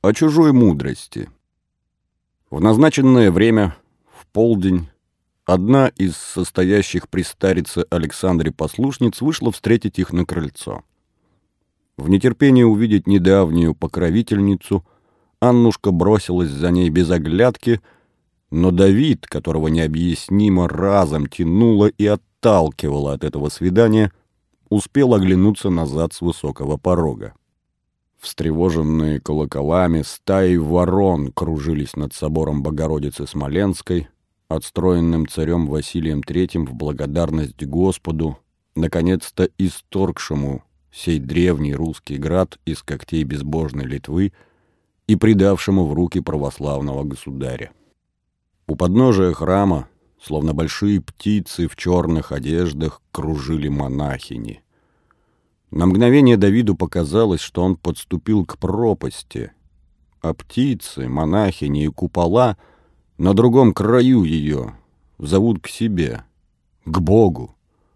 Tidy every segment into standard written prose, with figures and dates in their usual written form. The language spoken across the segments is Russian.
О чужой мудрости. В назначенное время, в полдень, одна из состоящих при старице Александре послушниц вышла встретить их на крыльцо. В нетерпении увидеть недавнюю покровительницу Аннушка бросилась за ней без оглядки, но Давид, которого необъяснимо разом тянуло и отталкивало от этого свидания, успел оглянуться назад с высокого порога. Встревоженные колоколами стаи ворон кружились над собором Богородицы Смоленской, отстроенным царем Василием III в благодарность Господу, наконец-то исторгшему сей древний русский град из когтей безбожной Литвы и предавшему в руки православного государя. У подножия храма, словно большие птицы в черных одеждах, кружили монахини. На мгновение Давиду показалось, что он подступил к пропасти, а птицы, монахини и купола на другом краю ее зовут к себе, к Богу.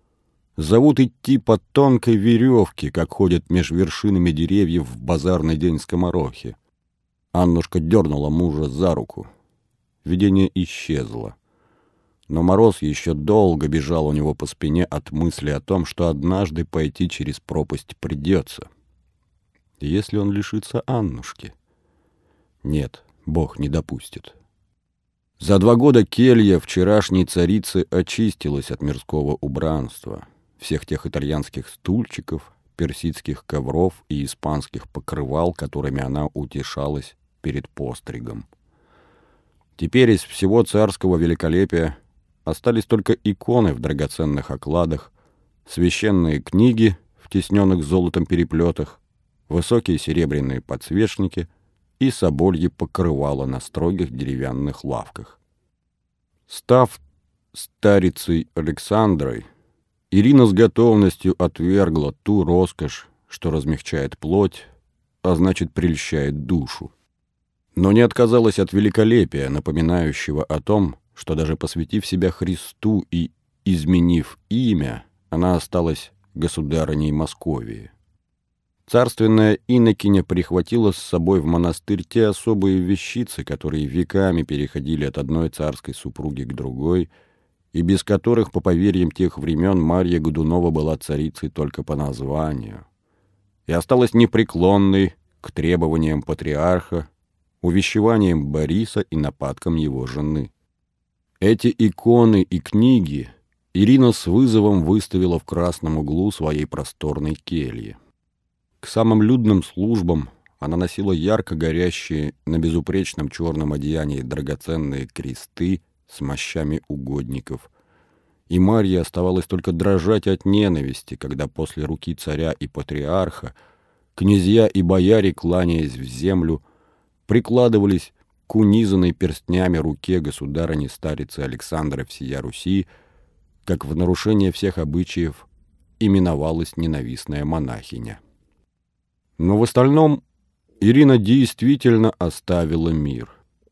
Зовут идти по тонкой веревке, как ходят меж вершинами деревьев в базарный день скоморохи. Аннушка дернула мужа за руку. Видение исчезло. Но мороз еще долго бежал у него по спине от мысли о том, что однажды пойти через пропасть придется. Если он лишится Аннушки? Нет, Бог не допустит. За 2 года келья вчерашней царицы очистилась от мирского убранства, всех тех итальянских стульчиков, персидских ковров и испанских покрывал, которыми она утешалась перед постригом. Теперь из всего царского великолепия остались только иконы в драгоценных окладах, священные книги в тисненных золотом переплетах, высокие серебряные подсвечники и собольи покрывала на строгих деревянных лавках. Став старицей Александрой, Ирина с готовностью отвергла ту роскошь, что размягчает плоть, а значит прельщает душу. Но не отказалась от великолепия, напоминающего о том, что даже посвятив себя Христу и изменив имя, она осталась государыней Московии. Царственная инокиня прихватила с собой в монастырь те особые вещицы, которые веками переходили от одной царской супруги к другой, и без которых, по поверьям тех времен, Марья Годунова была царицей только по названию, и осталась непреклонной к требованиям патриарха, увещеваниям Бориса и нападкам его жены. Эти иконы и книги Ирина с вызовом выставила в красном углу своей просторной кельи. К самым людным службам она носила ярко горящие на безупречном черном одеянии драгоценные кресты с мощами угодников. И Марье оставалось только дрожать от ненависти, когда после руки царя и патриарха князья и бояре, кланяясь в землю, прикладывались к унизанной перстнями руке государыни-старицы Александры всея Руси, как в нарушение всех обычаев именовалась ненавистная монахиня. Но в остальном Ирина действительно оставила мир.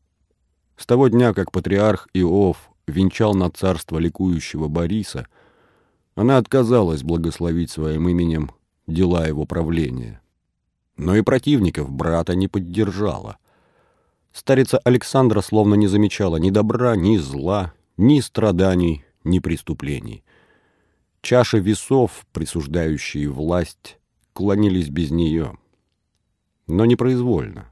С того дня, как патриарх Иов венчал на царство ликующего Бориса, она отказалась благословить своим именем дела его правления. Но и противников брата не поддержала. Старица Александра словно не замечала ни добра, ни зла, ни страданий, ни преступлений. Чаши весов, присуждающие власть, клонились без нее. Но непроизвольно.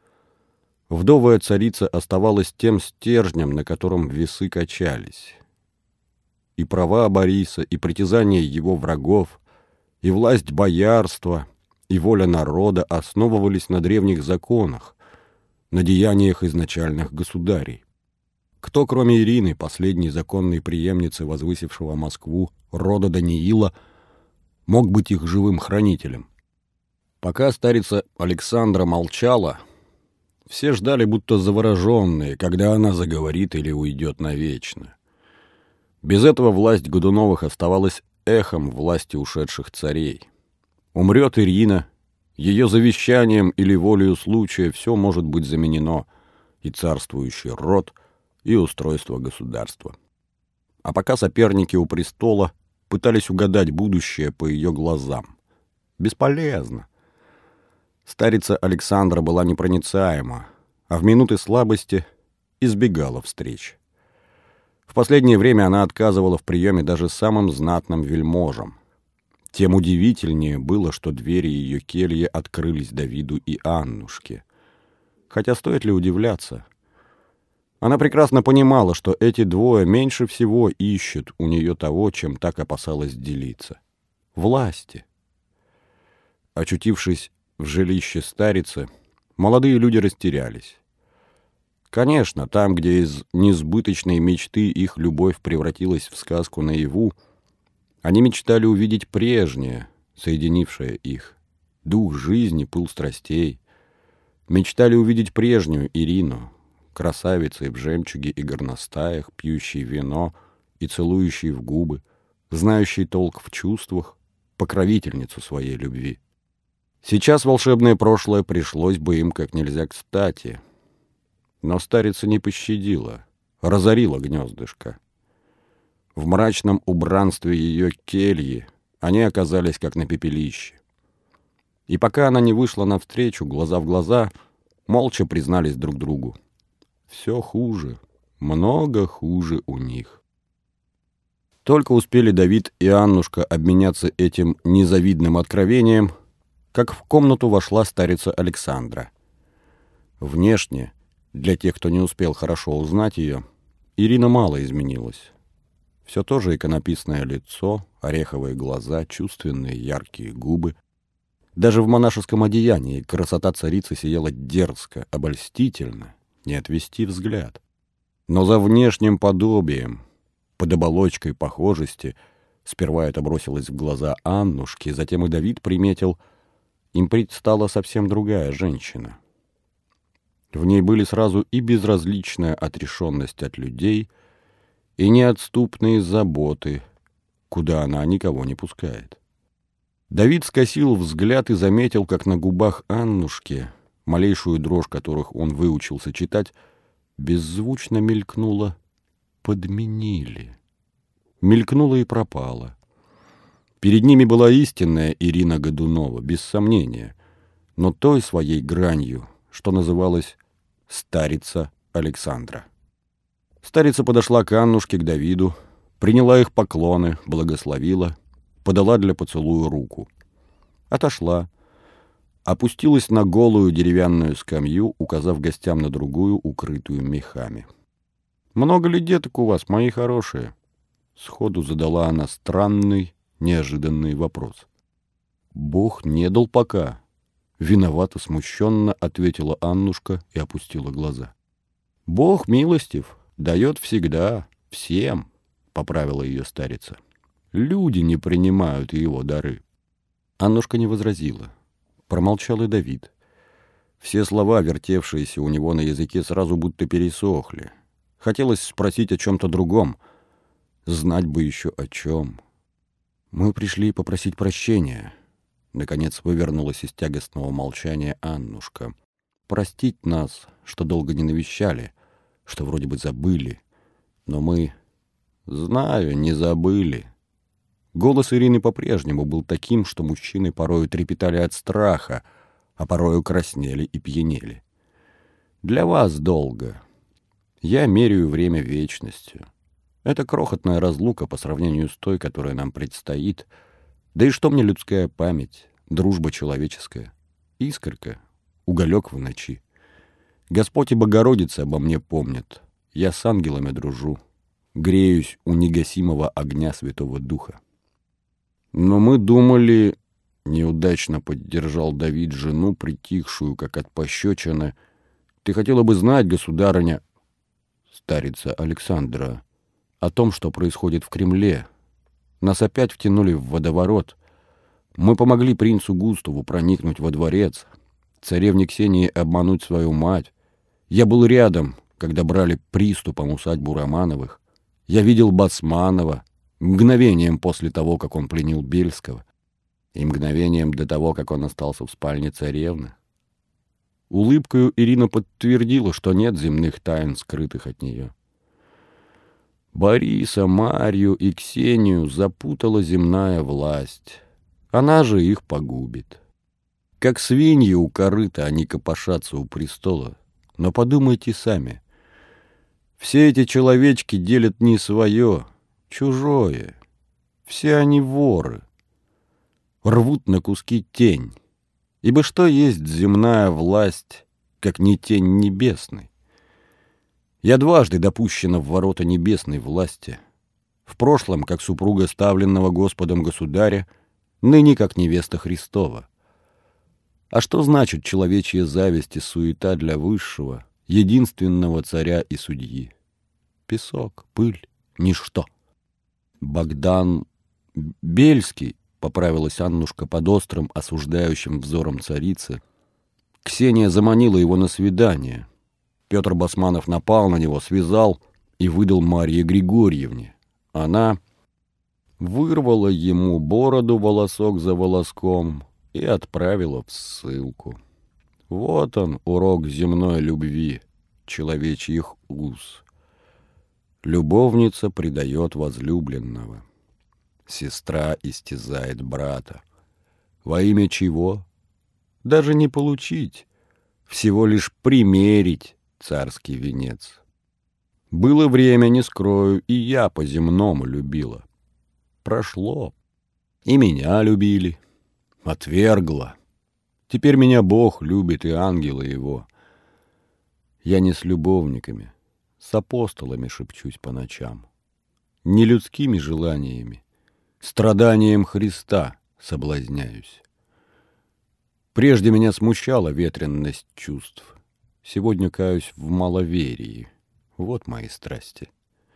Вдовая царица оставалась тем стержнем, на котором весы качались. И права Бориса, и притязания его врагов, и власть боярства, и воля народа основывались на древних законах, на деяниях изначальных государей. Кто, кроме Ирины, последней законной преемницы возвысившего Москву рода Даниила, мог быть их живым хранителем? Пока старица Александра молчала, все ждали, будто завороженные, когда она заговорит или уйдет навечно. Без этого власть Годуновых оставалась эхом власти ушедших царей. Умрет Ирина, ее завещанием или волею случая все может быть заменено, и царствующий род, и устройство государства. А пока соперники у престола пытались угадать будущее по ее глазам. Бесполезно. Старица Александра была непроницаема, а в минуты слабости избегала встреч. В последнее время она отказывала в приеме даже самым знатным вельможам. Тем удивительнее было, что двери ее кельи открылись Давиду и Аннушке. Хотя стоит ли удивляться? Она прекрасно понимала, что эти двое меньше всего ищут у нее того, чем так опасалась делиться. Власти. Очутившись в жилище старицы, молодые люди растерялись. Конечно, там, где из несбыточной мечты их любовь превратилась в сказку наяву, они мечтали увидеть прежнее, соединившее их, дух жизни, пыл страстей. Мечтали увидеть прежнюю Ирину, красавицей в жемчуге и горностаях, пьющей вино и целующей в губы, знающей толк в чувствах, покровительницу своей любви. Сейчас волшебное прошлое пришлось бы им как нельзя кстати. Но старица не пощадила, разорила гнездышко. В мрачном убранстве ее кельи они оказались как на пепелище. И пока она не вышла навстречу, глаза в глаза, молча признались друг другу. Все хуже, много хуже у них. Только успели Давид и Аннушка обменяться этим незавидным откровением, как в комнату вошла старица Александра. Внешне, для тех, кто не успел хорошо узнать ее, Ирина мало изменилась. Все то же иконописное лицо, ореховые глаза, чувственные яркие губы. Даже в монашеском одеянии красота царицы сияла дерзко, обольстительно, не отвести взгляд. Но за внешним подобием, под оболочкой похожести, сперва это бросилось в глаза Аннушки, затем и Давид приметил, им предстала совсем другая женщина. В ней были сразу и безразличная отрешенность от людей, и неотступные заботы, куда она никого не пускает. Давид скосил взгляд и заметил, как на губах Аннушки, малейшую дрожь которых он выучился читать, беззвучно мелькнуло «подменили». Мелькнуло и пропало. Перед ними была истинная Ирина Годунова, без сомнения, но той своей гранью, что называлось «старица Александра». Старица подошла к Аннушке, к Давиду, приняла их поклоны, благословила, подала для поцелуя руку. Отошла, опустилась на голую деревянную скамью, указав гостям на другую, укрытую мехами. «Много ли деток у вас, мои хорошие?» Сходу задала она странный, неожиданный вопрос. «Бог не дал пока», — виновато, смущенно ответила Аннушка и опустила глаза. «Бог милостив, дает всегда, всем», — поправила ее старица. «Люди не принимают его дары». Аннушка не возразила. Промолчал и Давид. Все слова, вертевшиеся у него на языке, сразу будто пересохли. Хотелось спросить о чем-то другом. Знать бы еще о чем. «Мы пришли попросить прощения», — наконец вывернулась из тягостного молчания Аннушка. «Простить нас, что долго не навещали, что вроде бы забыли. Но мы...» «Знаю, не забыли». Голос Ирины по-прежнему был таким, что мужчины порою трепетали от страха, а порою краснели и пьянели. «Для вас долго. Я меряю время вечностью. Это крохотная разлука по сравнению с той, которая нам предстоит. Да и что мне людская память, дружба человеческая, искорка, уголек в ночи. Господь и Богородица обо мне помнят. Я с ангелами дружу, греюсь у негасимого огня Святого Духа». «Но мы думали...» — неудачно поддержал Давид жену, притихшую, как от пощечины. «Ты хотела бы знать, государыня...» «Старица Александра, о том, что происходит в Кремле. Нас опять втянули в водоворот. Мы помогли принцу Густаву проникнуть во дворец, царевне Ксении обмануть свою мать. Я был рядом, когда брали приступом усадьбу Романовых. Я видел Басманова мгновением после того, как он пленил Бельского, и мгновением до того, как он остался в спальне царевны». Улыбкою Ирина подтвердила, что нет земных тайн, скрытых от нее. Бориса, Марью и Ксению запутала земная власть. Она же их погубит. Как свиньи у корыта они копошатся у престола. Но подумайте сами. Все эти человечки делят не свое, чужое. Все они воры. Рвут на куски тень. Ибо что есть земная власть, как не тень небесной? Я дважды допущена в ворота небесной власти. В прошлом, как супруга ставленного Господом государя, ныне, как невеста Христова. А что значит человечья зависть и суета для высшего, единственного царя и судьи? Песок, пыль, ничто. Богдан Бельский, поправилась Аннушка под острым, осуждающим взором царицы. Ксения заманила его на свидание. Петр Басманов напал на него, связал и выдал Марье Григорьевне. Она вырвала ему бороду волосок за волоском и отправила в ссылку. Вот он, урок земной любви, человечьих уз. Любовница предает возлюбленного. Сестра истязает брата. Во имя чего? Даже не получить, всего лишь примерить царский венец. Было время, не скрою, и я по-земному любила. Прошло. И меня любили. Отвергла. Теперь меня Бог любит, и ангелы его. Я не с любовниками, с апостолами шепчусь по ночам. Не людскими желаниями, страданием Христа соблазняюсь. Прежде меня смущала ветренность чувств. Сегодня каюсь в маловерии. Вот мои страсти.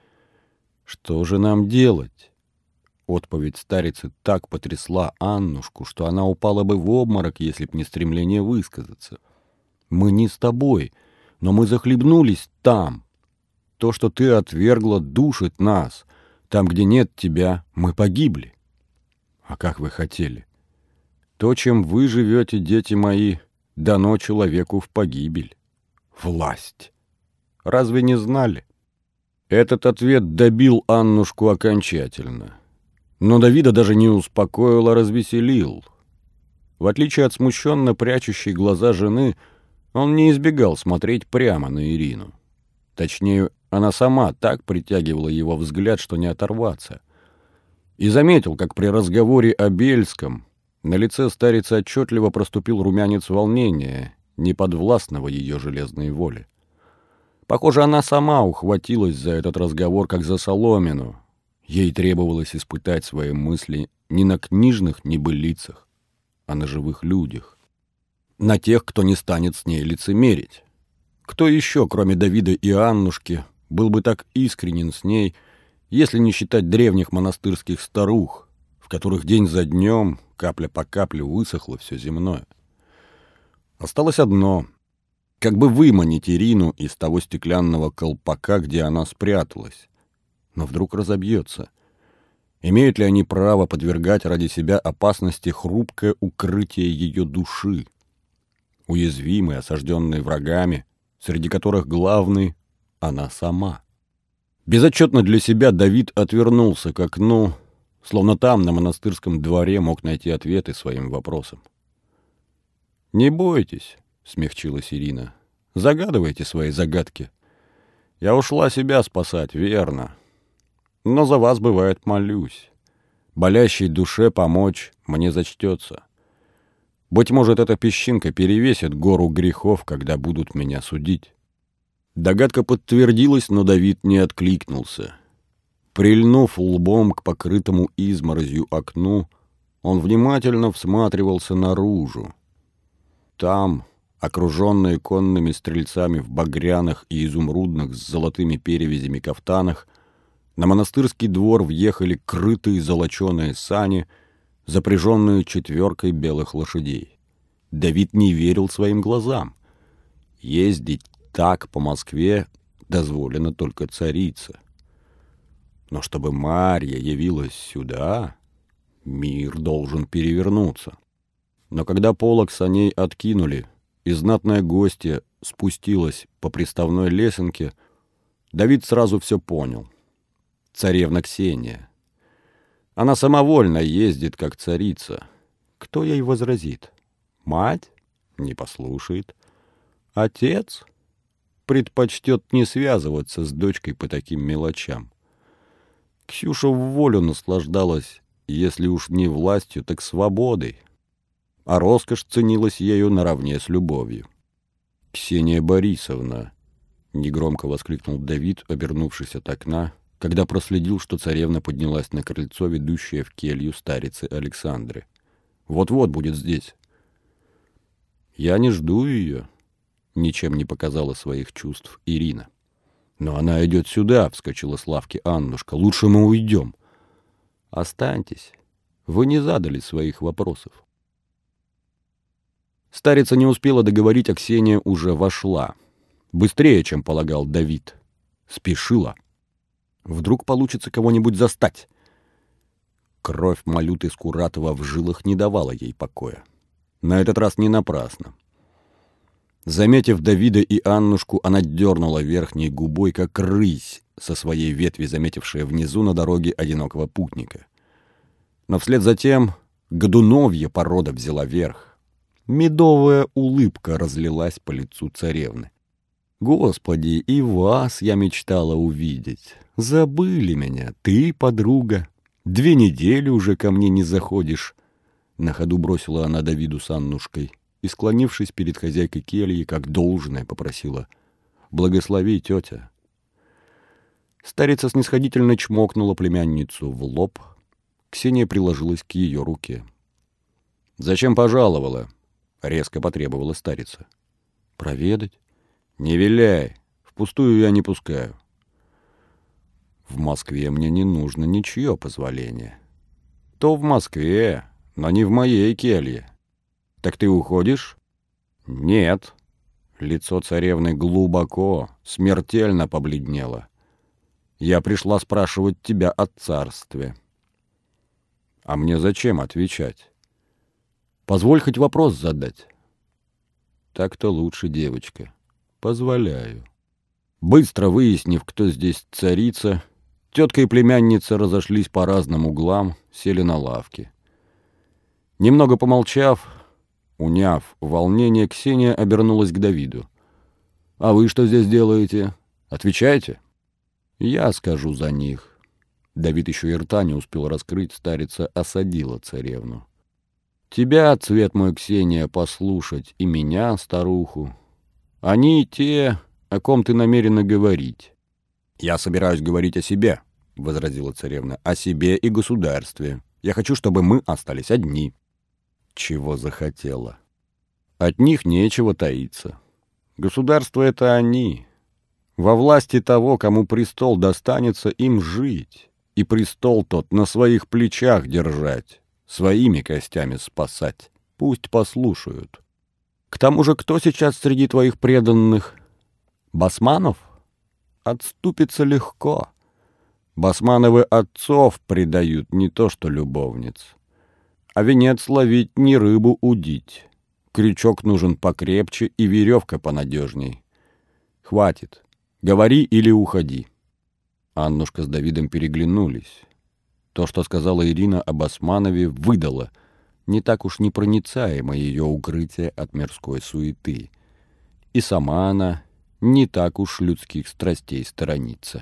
Что же нам делать? Отповедь старицы так потрясла Аннушку, что она упала бы в обморок, если б не стремление высказаться. Мы не с тобой, но мы захлебнулись там. То, что ты отвергла, душит нас. Там, где нет тебя, мы погибли. А как вы хотели? То, чем вы живете, дети мои, дано человеку в погибель. Власть. Разве не знали? Этот ответ добил Аннушку окончательно. Но Давида даже не успокоил, а развеселил. В отличие от смущенно прячущей глаза жены, он не избегал смотреть прямо на Ирину. Точнее, она сама так притягивала его взгляд, что не оторваться. И заметил, как при разговоре о Бельском на лице старицы отчетливо проступил румянец волнения, неподвластного ее железной воле. Похоже, она сама ухватилась за этот разговор, как за соломину. Ей требовалось испытать свои мысли не на книжных небылицах, а на живых людях. На тех, кто не станет с ней лицемерить. Кто еще, кроме Давида и Аннушки, был бы так искренен с ней, если не считать древних монастырских старух, в которых день за днем, капля по капле высохло все земное? Осталось одно — как бы выманить Ирину из того стеклянного колпака, где она спряталась. Но вдруг разобьется. Имеют ли они право подвергать ради себя опасности хрупкое укрытие ее души? Уязвимые, осажденные врагами, среди которых главный — она сама. Безотчетно для себя Давид отвернулся к окну, словно там, на монастырском дворе, мог найти ответы своим вопросам. «Не бойтесь», — смягчилась Ирина, — «загадывайте свои загадки. Я ушла себя спасать, верно. Но за вас, бывает, молюсь. Болящей душе помочь мне зачтется. Быть может, эта песчинка перевесит гору грехов, когда будут меня судить». Догадка подтвердилась, но Давид не откликнулся. Прильнув лбом к покрытому изморозью окну, он внимательно всматривался наружу. Там, окруженные конными стрельцами в багряных и изумрудных с золотыми перевязями кафтанах, на монастырский двор въехали крытые золоченые сани, запряженные 4 белых лошадей. Давид не верил своим глазам. Ездить так по Москве дозволено только царице. Но чтобы Марья явилась сюда, мир должен перевернуться. Но когда полог саней откинули, и знатная гостья спустилась по приставной лесенке, Давид сразу все понял. Царевна Ксения. Она самовольно ездит, как царица. Кто ей возразит? Мать не послушает. Отец предпочтет не связываться с дочкой по таким мелочам. Ксюша в волю наслаждалась, если уж не властью, так свободой, а роскошь ценилась ею наравне с любовью. «Ксения Борисовна!» — негромко воскликнул Давид, обернувшись от окна, когда проследил, что царевна поднялась на крыльцо, ведущее в келью старицы Александры. «Вот-вот будет здесь». «Я не жду ее», — ничем не показала своих чувств Ирина. «Но она идет сюда», — вскочила с лавки Аннушка. «Лучше мы уйдем». «Останьтесь. Вы не задали своих вопросов». Старица не успела договорить, а Ксения уже вошла. Быстрее, чем полагал Давид. Спешила. Вдруг получится кого-нибудь застать. Кровь Малюты Скуратова в жилах не давала ей покоя. На этот раз не напрасно. Заметив Давида и Аннушку, она дернула верхней губой, как рысь, со своей ветви, заметившая внизу на дороге одинокого путника. Но вслед за тем годуновья порода взяла верх. Медовая улыбка разлилась по лицу царевны. «Господи, и вас я мечтала увидеть. Забыли меня, ты, подруга. 2 недели уже ко мне не заходишь». На ходу бросила она Давиду с Аннушкой и, склонившись перед хозяйкой кельи, как должное, попросила: «Благослови, тетя». Старица снисходительно чмокнула племянницу в лоб. Ксения приложилась к ее руке. «Зачем пожаловала?» — резко потребовала старица. «Проведать?» «Не виляй, впустую я не пускаю». «В Москве мне не нужно ничье позволение». «То в Москве, но не в моей келье». «Так ты уходишь?» «Нет». Лицо царевны глубоко, смертельно побледнело. «Я пришла спрашивать тебя о царстве». «А мне зачем отвечать? Позволь хоть вопрос задать». «Так-то лучше, девочка. Позволяю». Быстро выяснив, кто здесь царица, тетка и племянница разошлись по разным углам, сели на лавки. Немного помолчав, уняв волнение, Ксения обернулась к Давиду. «А вы что здесь делаете? Отвечайте». «Я скажу за них». Давид еще и рта не успел раскрыть, старица осадила царевну. «Тебя, цвет мой, Ксения, послушать, и меня, старуху. Они те, о ком ты намерена говорить». «Я собираюсь говорить о себе», — возразила царевна, — «о себе и государстве. Я хочу, чтобы мы остались одни». Чего захотела. От них нечего таиться. Государство — это они. Во власти того, кому престол достанется, им жить, и престол тот на своих плечах держать, своими костями спасать. Пусть послушают. К тому же, кто сейчас среди твоих преданных? Басманов? Отступиться легко. Басмановы отцов предают, не то что любовниц. А венец ловить, не рыбу удить. Крючок нужен покрепче и веревка понадежней. Хватит. Говори или уходи». Аннушка с Давидом переглянулись. То, что сказала Ирина об Османове, выдало. Не так уж непроницаемо ее укрытие от мирской суеты. И сама она не так уж людских страстей сторонится.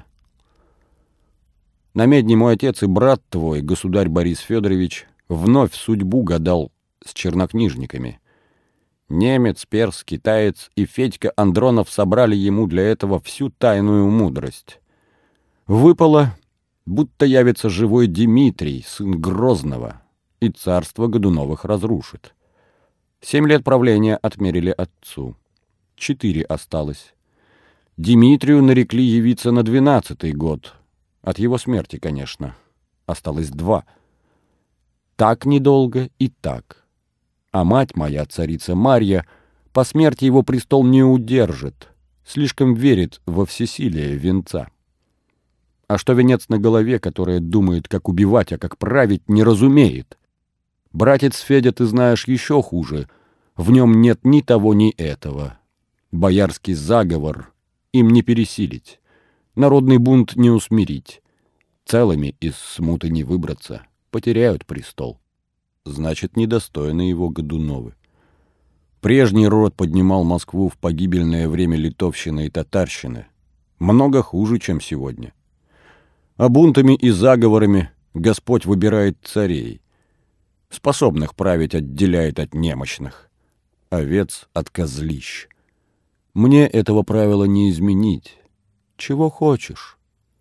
На медне мой отец и брат твой, государь Борис Федорович, вновь судьбу гадал с чернокнижниками. Немец, перс, китаец и Федька Андронов собрали ему для этого всю тайную мудрость. Выпало, будто явится живой Дмитрий, сын Грозного, и царство Годуновых разрушит. 7 лет правления отмерили отцу. 4 осталось. Дмитрию нарекли явиться на 12-й год. От его смерти, конечно. Осталось 2. Так недолго и так. А мать моя, царица Марья, по смерти его престол не удержит. Слишком верит во всесилие венца. А что венец на голове, которая думает, как убивать, а как править, не разумеет. Братец Федя, ты знаешь, еще хуже. В нем нет ни того, ни этого. Боярский заговор им не пересилить. Народный бунт не усмирить. Целыми из смуты не выбраться. Потеряют престол. Значит, недостойны его Годуновы. Прежний род поднимал Москву в погибельное время литовщины и татарщины. Много хуже, чем сегодня. А бунтами и заговорами Господь выбирает царей. Способных править отделяет от немощных. Овец от козлищ. Мне этого правила не изменить. Чего хочешь?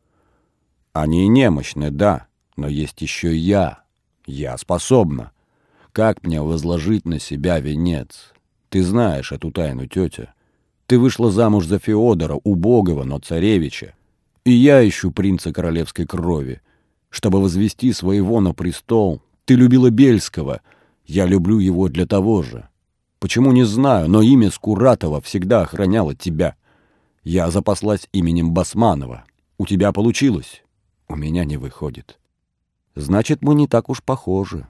Они немощны, да, но есть еще я. Я способна. Как мне возложить на себя венец? Ты знаешь эту тайну, тетя. Ты вышла замуж за Феодора, убогого, но царевича. И я ищу принца королевской крови. Чтобы возвести своего на престол, ты любила Бельского. Я люблю его для того же. Почему, не знаю, но имя Скуратова всегда охраняло тебя. Я запаслась именем Басманова. У тебя получилось. У меня не выходит. Значит, мы не так уж похожи.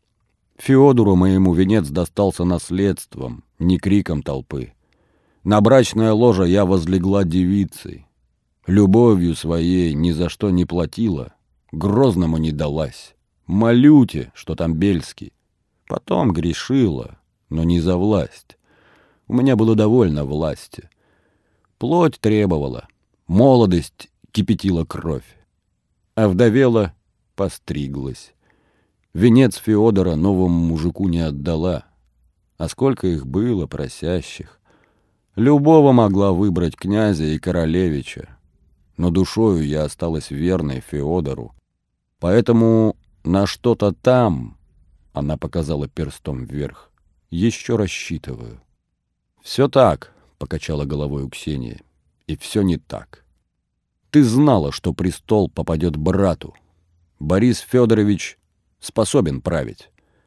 Феодору моему венец достался наследством, не криком толпы. На брачное ложе я возлегла девицей. Любовью своей ни за что не платила, Грозному не далась. Малюте, что там Бельский. Потом грешила, но не за власть. У меня было довольно власти. Плоть требовала, молодость кипятила кровь. Овдовела, постриглась. Венец Феодора новому мужику не отдала. А сколько их было, просящих. Любого могла выбрать князя и королевича. Но душою я осталась верной Феодору. Поэтому на что-то там, она показала перстом вверх, еще рассчитываю. Все так, покачала головой Ксения, и все не так. Ты знала, что престол попадет брату. Борис Федорович способен править.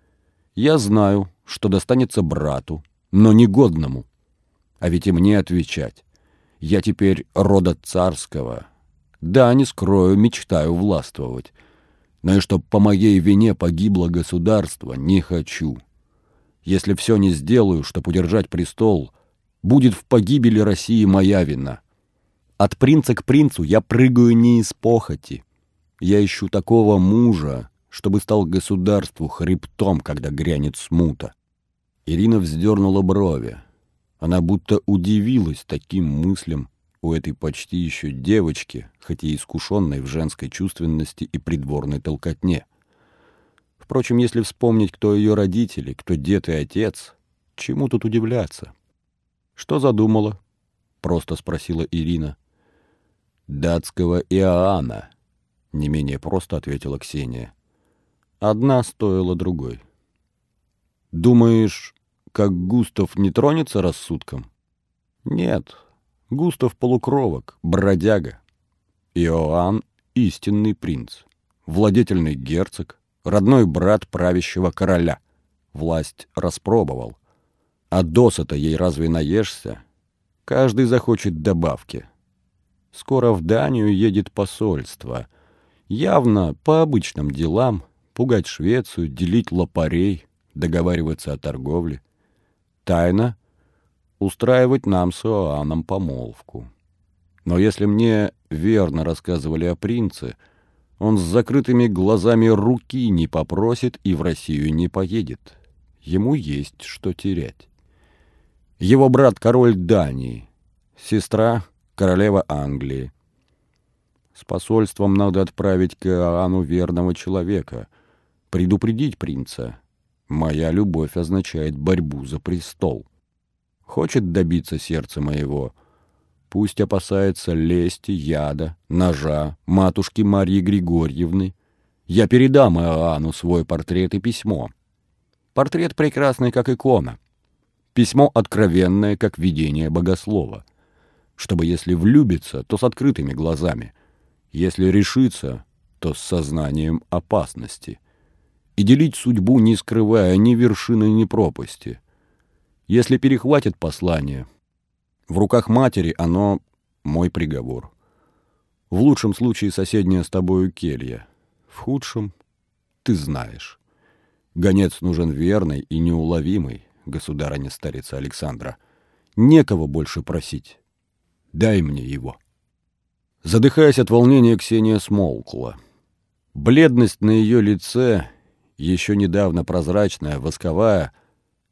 Я знаю, что достанется брату, но негодному. А ведь и мне отвечать. Я теперь рода царского. Да, не скрою, мечтаю властвовать. Но и чтоб по моей вине погибло государство, не хочу. Если все не сделаю, чтоб удержать престол, будет в погибели России моя вина. От принца к принцу я прыгаю не из похоти. Я ищу такого мужа, чтобы стал государству хребтом, когда грянет смута. Ирина вздернула брови. Она будто удивилась таким мыслям у этой почти еще девочки, хоть и искушенной в женской чувственности и придворной толкотне. Впрочем, если вспомнить, кто ее родители, кто дед и отец, чему тут удивляться? «Что задумала?» — просто спросила Ирина. «Датского Иоанна», — не менее просто ответила Ксения. Одна стоила другой. «Думаешь, как Густав не тронется рассудком?» «Нет, Густав полукровок, бродяга. Иоанн — истинный принц, владетельный герцог, родной брат правящего короля. Власть распробовал. А досыта ей разве наешься? Каждый захочет добавки. Скоро в Данию едет посольство. Явно по обычным делам пугать Швецию, делить лопарей, договариваться о торговле. Тайно устраивать нам с Иоанном помолвку. Но если мне верно рассказывали о принце, он с закрытыми глазами руки не попросит и в Россию не поедет. Ему есть что терять. Его брат король Дании, сестра королева Англии. С посольством надо отправить к Иоанну верного человека, предупредить принца. Моя любовь означает борьбу за престол. Хочет добиться сердца моего, пусть опасается лести, яда, ножа, матушки Марьи Григорьевны. Я передам Иоанну свой портрет и письмо. Портрет прекрасный, как икона. Письмо откровенное, как видение богослова. Чтобы, если влюбиться, то с открытыми глазами. Если решиться, то с сознанием опасности. И делить судьбу, не скрывая ни вершины, ни пропасти. Если перехватит послание, в руках матери оно мой приговор. В лучшем случае соседняя с тобою келья. В худшем ты знаешь. Гонец нужен верный и неуловимый, государыня-старица Александра. Некого больше просить. Дай мне его. Задыхаясь от волнения, Ксения смолкла. Бледность на ее лице, еще недавно прозрачная, восковая,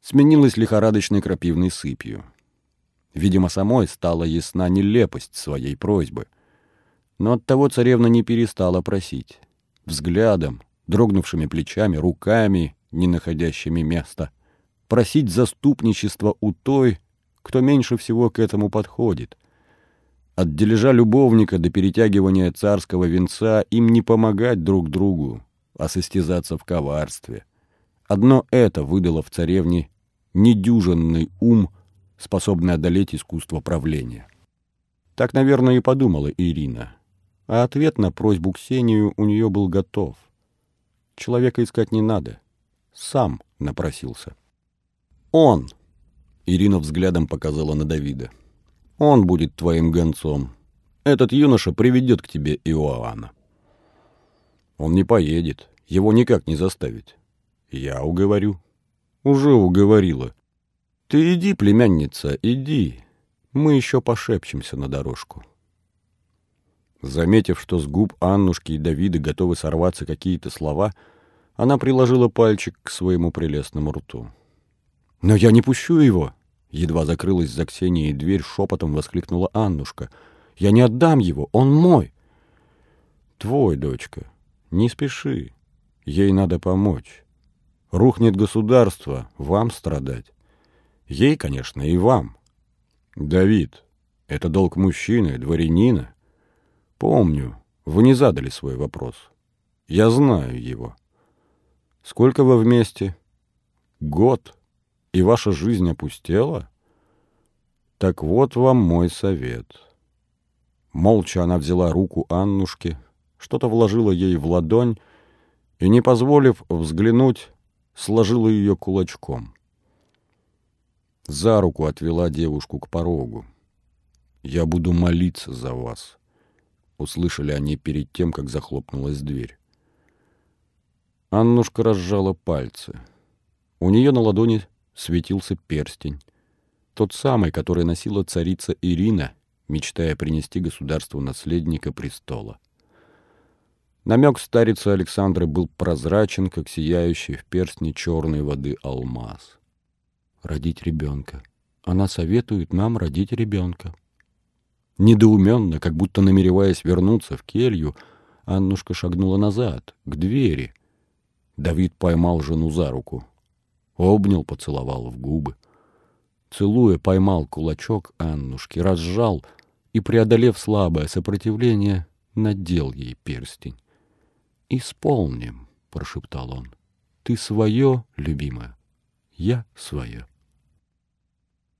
сменилась лихорадочной крапивной сыпью. Видимо, самой стала ясна нелепость своей просьбы. Но оттого царевна не перестала просить. Взглядом, дрогнувшими плечами, руками, не находящими места. Просить заступничества у той, кто меньше всего к этому подходит. От дележа любовника до перетягивания царского венца им не помогать друг другу, а состязаться в коварстве. Одно это выдало в царевне недюжинный ум, способный одолеть искусство правления. Так, наверное, и подумала Ирина. А ответ на просьбу Ксению у нее был готов. Человека искать не надо. Сам напросился. «Он!» — Ирина взглядом показала на Давида. «Он будет твоим гонцом. Этот юноша приведет к тебе Иоанна». «Он не поедет. Его никак не заставить». «Я уговорю». «Уже уговорила». «Ты иди, племянница, иди. Мы еще пошепчемся на дорожку». Заметив, что с губ Аннушки и Давида готовы сорваться какие-то слова, она приложила пальчик к своему прелестному рту. «Но я не пущу его!» Едва закрылась за Ксенией дверь, шепотом воскликнула Аннушка. «Я не отдам его, он мой!» «Твой, дочка, не спеши, ей надо помочь. Рухнет государство, вам страдать. Ей, конечно, и вам. Давид, это долг мужчины, дворянина. Помню, вы не задали свой вопрос. Я знаю его. Сколько вы вместе? Год. И ваша жизнь опустела? Так вот вам мой совет». Молча она взяла руку Аннушки, что-то вложила ей в ладонь и, не позволив взглянуть, сложила ее кулачком. За руку отвела девушку к порогу. «Я буду молиться за вас», — услышали они перед тем, как захлопнулась дверь. Аннушка разжала пальцы. У нее на ладони светился перстень, тот самый, который носила царица Ирина, мечтая принести государству наследника престола. Намек старицы Александры был прозрачен, как сияющий в перстне черной воды алмаз. «Родить ребенка. Она советует нам родить ребенка». Недоуменно, как будто намереваясь вернуться в келью, Аннушка шагнула назад, к двери. Давид поймал жену за руку. Обнял, поцеловал в губы. Целуя, поймал кулачок Аннушки, разжал и, преодолев слабое сопротивление, надел ей перстень. «Исполним», — прошептал он. «Ты свое, любимая, я свое».